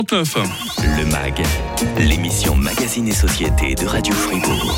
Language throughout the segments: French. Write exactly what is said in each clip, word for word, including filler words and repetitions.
Le MAG, l'émission Magazine et Société de Radio Fribourg.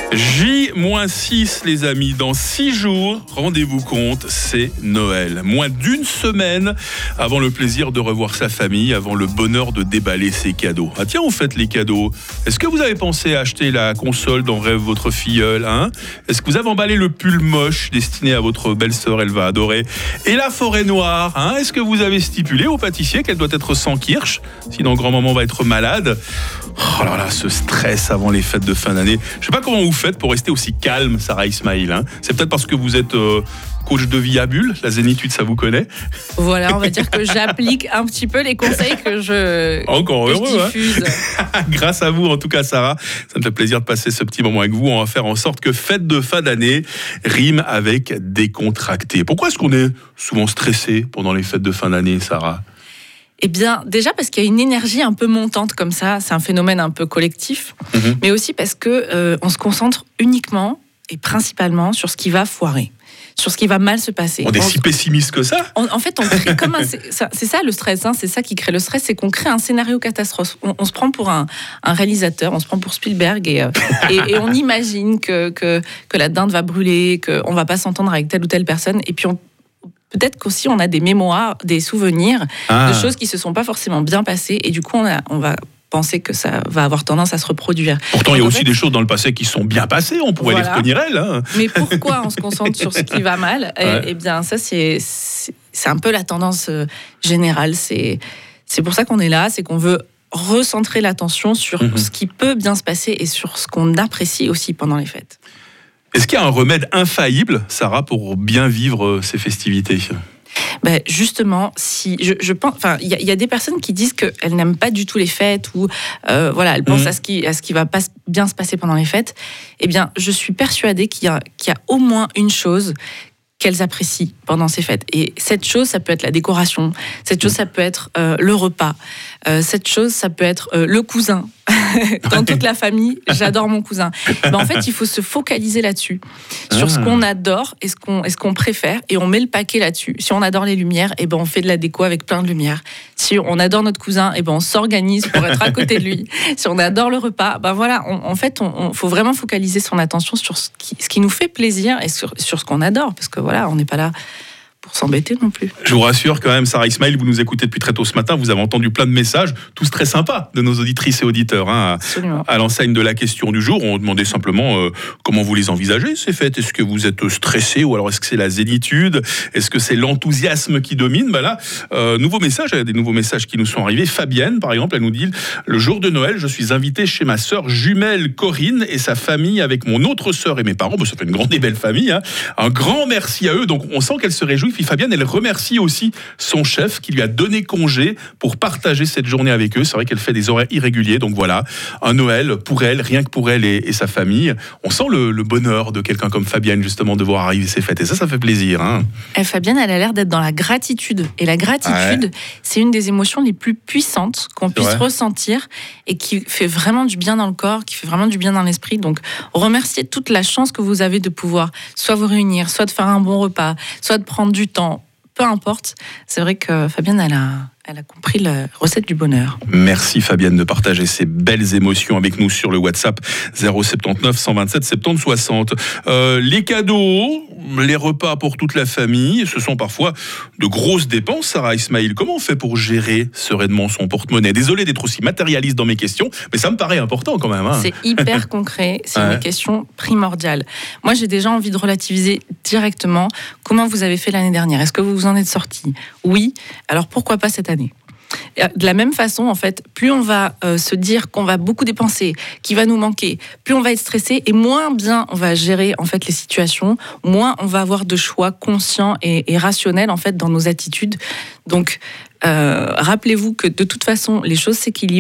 J six les amis, dans six jours, rendez-vous compte, c'est Noël. Moins d'une semaine avant le plaisir de revoir sa famille, avant le bonheur de déballer ses cadeaux. Ah tiens, vous faites les cadeaux. Est-ce que vous avez pensé à acheter la console dont rêve votre filleule, hein? Est-ce que vous avez emballé le pull moche destiné à votre belle-sœur, elle va adorer? Et la forêt noire, hein? Est-ce que vous avez stipulé au pâtissier qu'elle doit être sans kirsch, sinon grand-maman va être malade? Oh là là, ce stress avant les fêtes de fin d'année. Je sais pas comment vous faites pour rester aussi calme, Sarah Ismail, hein. C'est peut-être parce que vous êtes euh, coach de vie à Bulle, la zénitude, ça vous connaît. Voilà, on va dire que j'applique un petit peu les conseils que je, Encore que heureux, je diffuse. Hein. Grâce à vous, en tout cas, Sarah, ça me fait plaisir de passer ce petit moment avec vous. On va faire en sorte que fête de fin d'année rime avec décontracté. Pourquoi est-ce qu'on est souvent stressé pendant les fêtes de fin d'année, Sarah ? Eh bien, déjà parce qu'il y a une énergie un peu montante comme ça, c'est un phénomène un peu collectif, mmh. mais aussi parce que euh, on se concentre uniquement et principalement sur ce qui va foirer, sur ce qui va mal se passer. On est on, si pessimiste que ça on, En fait, on crée comme un... C'est ça, c'est ça le stress, hein, c'est ça qui crée le stress, c'est qu'on crée un scénario catastrophe. On, on se prend pour un, un réalisateur, on se prend pour Spielberg et, euh, et, et on imagine que, que, que la dinde va brûler, qu'on ne va pas s'entendre avec telle ou telle personne, et puis on peut-être qu'aussi on a des mémoires, des souvenirs ah. de choses qui se sont pas forcément bien passées et du coup on, a, on va penser que ça va avoir tendance à se reproduire. Pourtant il y a aussi fait, des choses dans le passé qui sont bien passées, on pourrait voilà. les retenir elles. Hein. Mais pourquoi on se concentre sur ce qui va mal ? Ouais. Eh bien ça c'est, c'est, c'est un peu la tendance générale. C'est, c'est pour ça qu'on est là, c'est qu'on veut recentrer l'attention sur mm-hmm. ce qui peut bien se passer et sur ce qu'on apprécie aussi pendant les fêtes. Est-ce qu'il y a un remède infaillible, Sarah, pour bien vivre ces festivités ? Ben justement, si je, je pense, enfin, il y, y a des personnes qui disent qu'elles n'aiment pas du tout les fêtes ou euh, voilà, elles pensent mmh. à ce qui à ce qui va pas bien se passer pendant les fêtes. Eh bien, je suis persuadée qu'il y a qu'il y a au moins une chose qu'elles apprécient pendant ces fêtes. Et cette chose, ça peut être la décoration. Cette chose, ça peut être euh, le repas. Euh, cette chose, ça peut être euh, le cousin. Dans toute la famille, j'adore mon cousin. Mais en fait, il faut se focaliser là-dessus, sur ah. ce qu'on adore et ce qu'on, et ce qu'on préfère, et on met le paquet là-dessus. Si on adore les lumières, et ben on fait de la déco avec plein de lumières. Si on adore notre cousin, et ben on s'organise pour être à côté de lui. Si on adore le repas, ben voilà. On, en fait, on, on faut vraiment focaliser son attention sur ce qui, ce qui nous fait plaisir et sur, sur ce qu'on adore, parce que voilà, on n'est pas là pour s'embêter non plus. Je vous rassure quand même, Sarah Ismail, vous nous écoutez depuis très tôt ce matin, vous avez entendu plein de messages, tous très sympas de nos auditrices et auditeurs, hein, à, à l'enseigne de la question du jour. On demandait simplement euh, comment vous les envisagez, ces fêtes. Est-ce que vous êtes stressé ou alors est-ce que c'est la zénitude ? Est-ce que c'est l'enthousiasme qui domine ? Ben là, euh, nouveaux messages, il y a des nouveaux messages qui nous sont arrivés. Fabienne, par exemple, elle nous dit « Le jour de Noël, je suis invitée chez ma sœur jumelle Corinne et sa famille avec mon autre sœur et mes parents. » Ben, ça fait une grande et belle famille. Hein. Un grand merci à eux. Donc on sent qu'elle se réjouit. Puis Fabienne, elle remercie aussi son chef qui lui a donné congé pour partager cette journée avec eux. C'est vrai qu'elle fait des horaires irréguliers, donc voilà, un Noël pour elle, rien que pour elle et, et sa famille. On sent le, le bonheur de quelqu'un comme Fabienne, justement, de voir arriver ces fêtes. Et ça, ça fait plaisir. Hein. Et Fabienne, elle a l'air d'être dans la gratitude. Et la gratitude, ouais. c'est une des émotions les plus puissantes qu'on puisse ouais. ressentir et qui fait vraiment du bien dans le corps, qui fait vraiment du bien dans l'esprit. Donc, remerciez toute la chance que vous avez de pouvoir soit vous réunir, soit de faire un bon repas, soit de prendre du temps. Peu importe, c'est vrai que Fabienne, elle a, elle a compris la recette du bonheur. Merci Fabienne de partager ces belles émotions avec nous sur le WhatsApp zéro sept neuf, cent vingt-sept, soixante-dix, soixante. Euh, les cadeaux, les repas pour toute la famille, ce sont parfois de grosses dépenses, Sarah Ismail. Comment on fait pour gérer sereinement son porte-monnaie ? Désolé d'être aussi matérialiste dans mes questions, mais ça me paraît important quand même. Hein. C'est hyper concret, c'est ouais. une question primordiale. Moi, j'ai déjà envie de relativiser directement. Comment vous avez fait l'année dernière ? Est-ce que vous vous en êtes sortis ? Oui. Alors pourquoi pas cette année ? De la même façon, en fait, plus on va euh, se dire qu'on va beaucoup dépenser, qu'il va nous manquer, plus on va être stressé et moins bien on va gérer en fait les situations, moins on va avoir de choix conscients et, et rationnels en fait dans nos attitudes. Donc, euh, rappelez-vous que de toute façon, les choses s'équilibrent,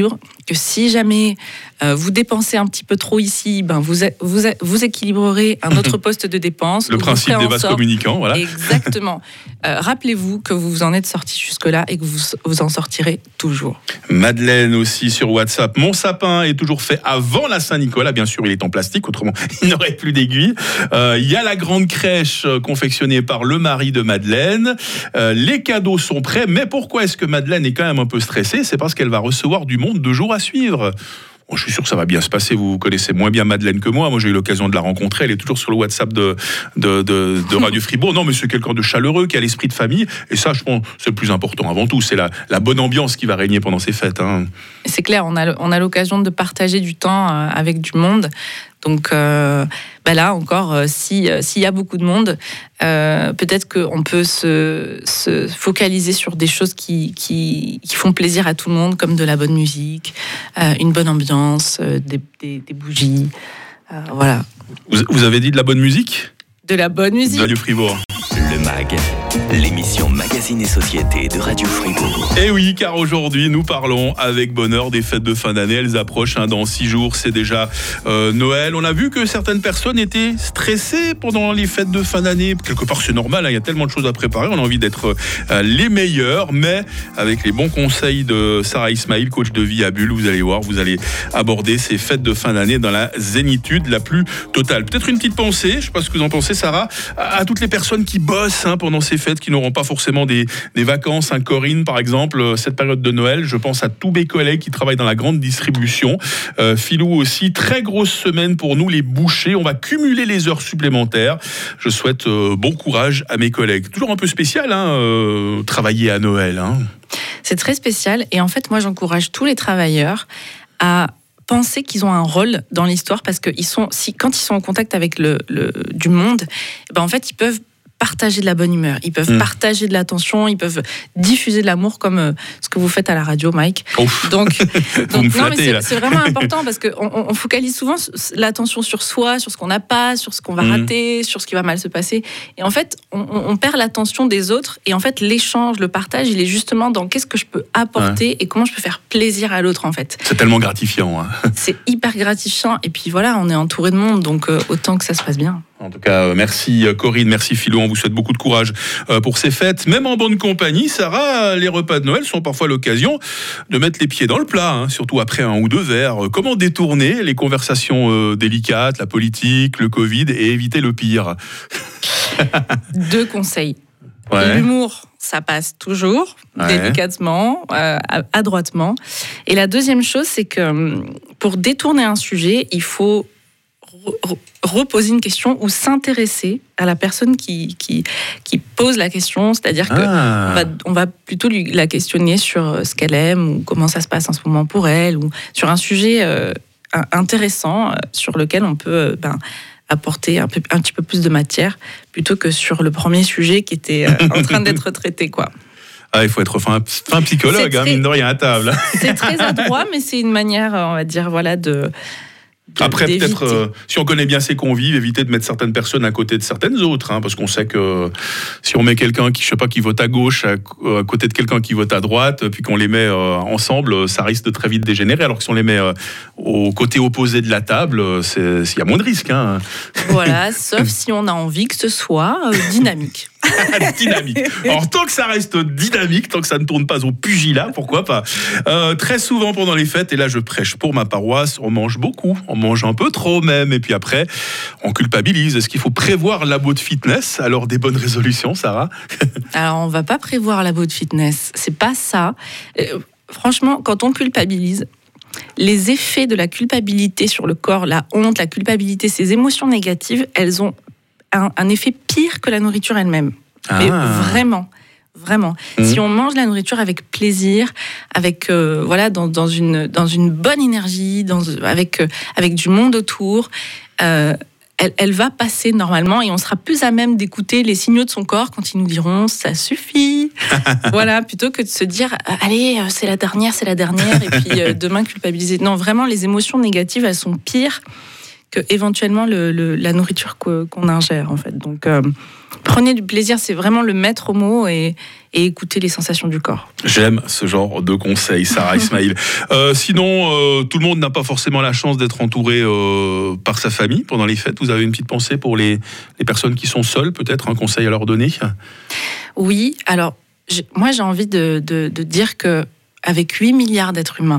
que si jamais euh, vous dépensez un petit peu trop ici, ben vous, vous, vous équilibrerez un autre poste de dépense. Le principe des vases communicants, voilà. Exactement. Euh, rappelez-vous que vous vous en êtes sorti jusque-là et que vous vous en sortirez toujours. Madeleine aussi sur WhatsApp. Mon sapin est toujours fait avant la Saint-Nicolas. Bien sûr, il est en plastique, autrement il n'aurait plus d'aiguilles. Euh, il y a la grande crèche confectionnée par le mari de Madeleine. Euh, les cadeaux sont prêts. Mais pourquoi est-ce que Madeleine est quand même un peu stressée ? C'est parce qu'elle va recevoir du monde deux jours à suivre. Bon, je suis sûr que ça va bien se passer. Vous connaissez moins bien Madeleine que moi. Moi, j'ai eu l'occasion de la rencontrer. Elle est toujours sur le WhatsApp de, de, de, de Radio Fribourg. Non, mais c'est quelqu'un de chaleureux, qui a l'esprit de famille. Et ça, je pense, c'est le plus important. Avant tout, c'est la, la bonne ambiance qui va régner pendant ces fêtes. Hein. C'est clair, on a, on a l'occasion de partager du temps avec du monde. Donc euh, bah là encore, euh, si, euh, s'il y a beaucoup de monde, euh, peut-être qu'on peut se, se focaliser sur des choses qui, qui, qui font plaisir à tout le monde, comme de la bonne musique, euh, une bonne ambiance, euh, des, des, des bougies. Euh, voilà. Vous, vous avez dit de la bonne musique ? De la bonne musique. Radio Fribourg. Le Mag, l'émission Magazine et Société de Radio Fribourg. Et oui, car aujourd'hui, nous parlons avec bonheur des fêtes de fin d'année. Elles approchent, hein, dans six jours, c'est déjà euh, Noël. On a vu que certaines personnes étaient stressées pendant les fêtes de fin d'année. Quelque part, c'est normal, hein, il y a tellement de choses à préparer. On a envie d'être euh, les meilleurs. Mais avec les bons conseils de Sarah Ismail, coach de vie à Bulle, vous allez voir, vous allez aborder ces fêtes de fin d'année dans la zénitude la plus totale. Peut-être une petite pensée, je ne sais pas ce que vous en pensez, Sarah, à, à toutes les personnes qui bossent, hein, pendant ces fêtes, qui n'auront pas forcément des, des vacances. Hein. Corinne, par exemple, cette période de Noël, je pense à tous mes collègues qui travaillent dans la grande distribution. Euh, Philou aussi, très grosse semaine pour nous, les bouchers. On va cumuler les heures supplémentaires. Je souhaite euh, bon courage à mes collègues. Toujours un peu spécial, hein, euh, travailler à Noël. Hein. C'est très spécial. Et en fait, moi, j'encourage tous les travailleurs à penser qu'ils ont un rôle dans l'histoire, parce que ils sont, si, quand ils sont en contact avec le, le, du monde, ben en fait, ils peuvent partager de la bonne humeur, ils peuvent mmh. partager de l'attention, ils peuvent diffuser de l'amour, comme euh, ce que vous faites à la radio, Mike. Ouf. Donc, donc non, flattez, mais c'est, c'est vraiment important, parce qu'on on focalise souvent l'attention sur soi, sur ce qu'on n'a pas, sur ce qu'on va mmh. rater, sur ce qui va mal se passer. Et en fait, on, on perd l'attention des autres. Et en fait, l'échange, le partage, il est justement dans qu'est-ce que je peux apporter ouais. et comment je peux faire plaisir à l'autre, en fait. C'est tellement gratifiant. Hein. C'est hyper gratifiant. Et puis voilà, on est entouré de monde, donc euh, autant que ça se passe bien. En tout cas, merci Corinne, merci Philou, on vous souhaite beaucoup de courage pour ces fêtes. Même en bonne compagnie, Sarah, les repas de Noël sont parfois l'occasion de mettre les pieds dans le plat, hein, surtout après un ou deux verres. Comment détourner les conversations euh, délicates, la politique, le Covid, et éviter le pire? Deux conseils. Ouais. L'humour, ça passe toujours, ouais. délicatement, euh, adroitement. Et la deuxième chose, c'est que pour détourner un sujet, il faut reposer une question ou s'intéresser à la personne qui, qui, qui pose la question, c'est-à-dire qu'on ah. va, on va plutôt lui, la questionner sur ce qu'elle aime ou comment ça se passe en ce moment pour elle, ou sur un sujet euh, intéressant euh, sur lequel on peut euh, ben, apporter un, peu, un petit peu plus de matière, plutôt que sur le premier sujet qui était euh, en train d'être traité, quoi. Ah, il faut être fin, fin psychologue, très, hein, mine de rien, à table. C'est très adroit, mais c'est une manière, on va dire, voilà, de... De, Après, d'éviter. peut-être, euh, si on connaît bien ses convives, éviter de mettre certaines personnes à côté de certaines autres, hein, parce qu'on sait que si on met quelqu'un qui, je sais pas, qui vote à gauche à, à côté de quelqu'un qui vote à droite, puis qu'on les met euh, ensemble, ça risque de très vite dégénérer. Alors que si on les met euh, au côté opposé de la table, c'est, il y a moins de risques. Hein. Voilà, sauf si on a envie que ce soit euh, dynamique. Dynamique. Alors, tant que ça reste dynamique, tant que ça ne tourne pas au pugilat, pourquoi pas. Euh, très souvent pendant les fêtes, et là je prêche pour ma paroisse, on mange beaucoup, on mange un peu trop même, et puis après, on culpabilise. Est-ce qu'il faut prévoir l'abo de fitness? Alors, des bonnes résolutions, Sarah? Alors, on va pas prévoir l'abo de fitness, c'est pas ça. Euh, franchement, quand on culpabilise, les effets de la culpabilité sur le corps, la honte, la culpabilité, ces émotions négatives, elles ont un, un effet pire que la nourriture elle-même. Ah. Mais vraiment, vraiment. Mmh. Si on mange la nourriture avec plaisir, avec euh, voilà, dans, dans une dans une bonne énergie, dans avec euh, avec du monde autour, euh, elle, elle va passer normalement et on sera plus à même d'écouter les signaux de son corps quand ils nous diront ça suffit. Voilà, plutôt que de se dire allez, c'est la dernière, c'est la dernière, et puis euh, demain culpabiliser. Non, vraiment, les émotions négatives, elles sont pires que éventuellement le, le, la nourriture qu'on, qu'on ingère en fait. Donc euh, prenez du plaisir, c'est vraiment le maître mot et, et écoutez les sensations du corps. J'aime ce genre de conseils, Sarah Ismail. Euh, sinon, euh, tout le monde n'a pas forcément la chance d'être entouré euh, par sa famille pendant les fêtes. Vous avez une petite pensée pour les, les personnes qui sont seules, peut-être un conseil à leur donner? Oui, alors j'ai, moi j'ai envie de, de, de dire que avec huit milliards d'êtres humains,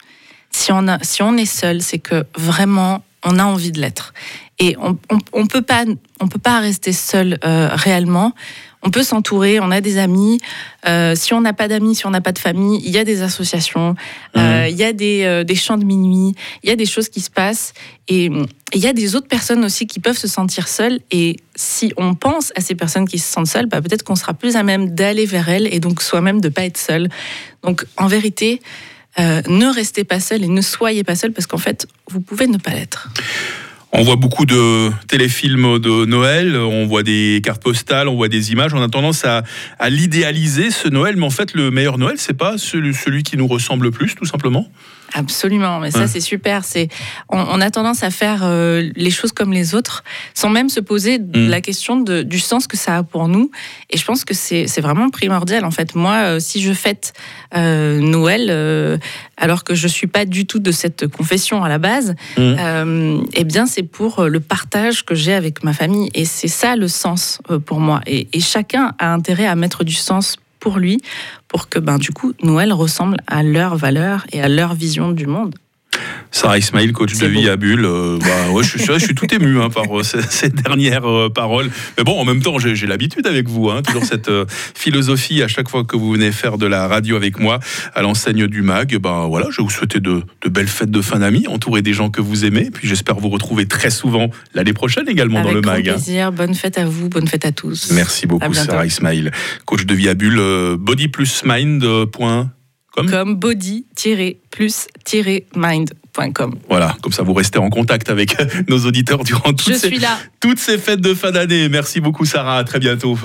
si on, a, si on est seul, c'est que vraiment on a envie de l'être. Et on on, on peut pas on peut pas rester seul euh, réellement. On peut s'entourer, on a des amis. Euh, si on n'a pas d'amis, si on n'a pas de famille, il y a des associations, mmh. euh, il y a des, euh, des chants de minuit, il y a des choses qui se passent. Et il y a des autres personnes aussi qui peuvent se sentir seules. Et si on pense à ces personnes qui se sentent seules, bah, peut-être qu'on sera plus à même d'aller vers elles et donc soi-même de ne pas être seul. Donc en vérité, euh, ne restez pas seul et ne soyez pas seul parce qu'en fait, vous pouvez ne pas l'être. On voit beaucoup de téléfilms de Noël, on voit des cartes postales, on voit des images. On a tendance à, à l'idéaliser, ce Noël. Mais en fait, le meilleur Noël, c'est pas celui, celui qui nous ressemble le plus, tout simplement. Absolument, mais ça, ouais. c'est super. C'est, on, on a tendance à faire euh, les choses comme les autres, sans même se poser mmh. la question de, du sens que ça a pour nous. Et je pense que c'est, c'est vraiment primordial. En fait, moi, euh, si je fête euh, Noël, euh, alors que je suis pas du tout de cette confession à la base, mmh. euh, eh bien, c'est pour le partage que j'ai avec ma famille. Et c'est ça le sens euh, pour moi. Et, et chacun a intérêt à mettre du sens pour lui, pour que ben, du coup, Noël ressemble à leurs valeurs et à leur vision du monde. Sarah Ismail, coach c'est de beau. vie à Bulle, euh, bah, ouais, je, suis, je suis tout ému hein, par euh, ces, ces dernières euh, paroles. Mais bon, en même temps, j'ai, j'ai l'habitude avec vous, hein, toujours cette euh, philosophie à chaque fois que vous venez faire de la radio avec moi, à l'enseigne du mag. Ben, voilà, je vais vous souhaiter de, de belles fêtes de fin d'année, entourés des gens que vous aimez. Puis j'espère vous retrouver très souvent l'année prochaine également avec dans le mag. Avec grand plaisir, bonne fête à vous, bonne fête à tous. Merci beaucoup Sarah Ismail, coach de vie à Bulle, euh, body plus mind point com. Comme body plus mind point com. Voilà, comme ça vous restez en contact avec nos auditeurs durant toutes, Je ces, suis là. toutes ces fêtes de fin d'année. Merci beaucoup Sarah, à très bientôt.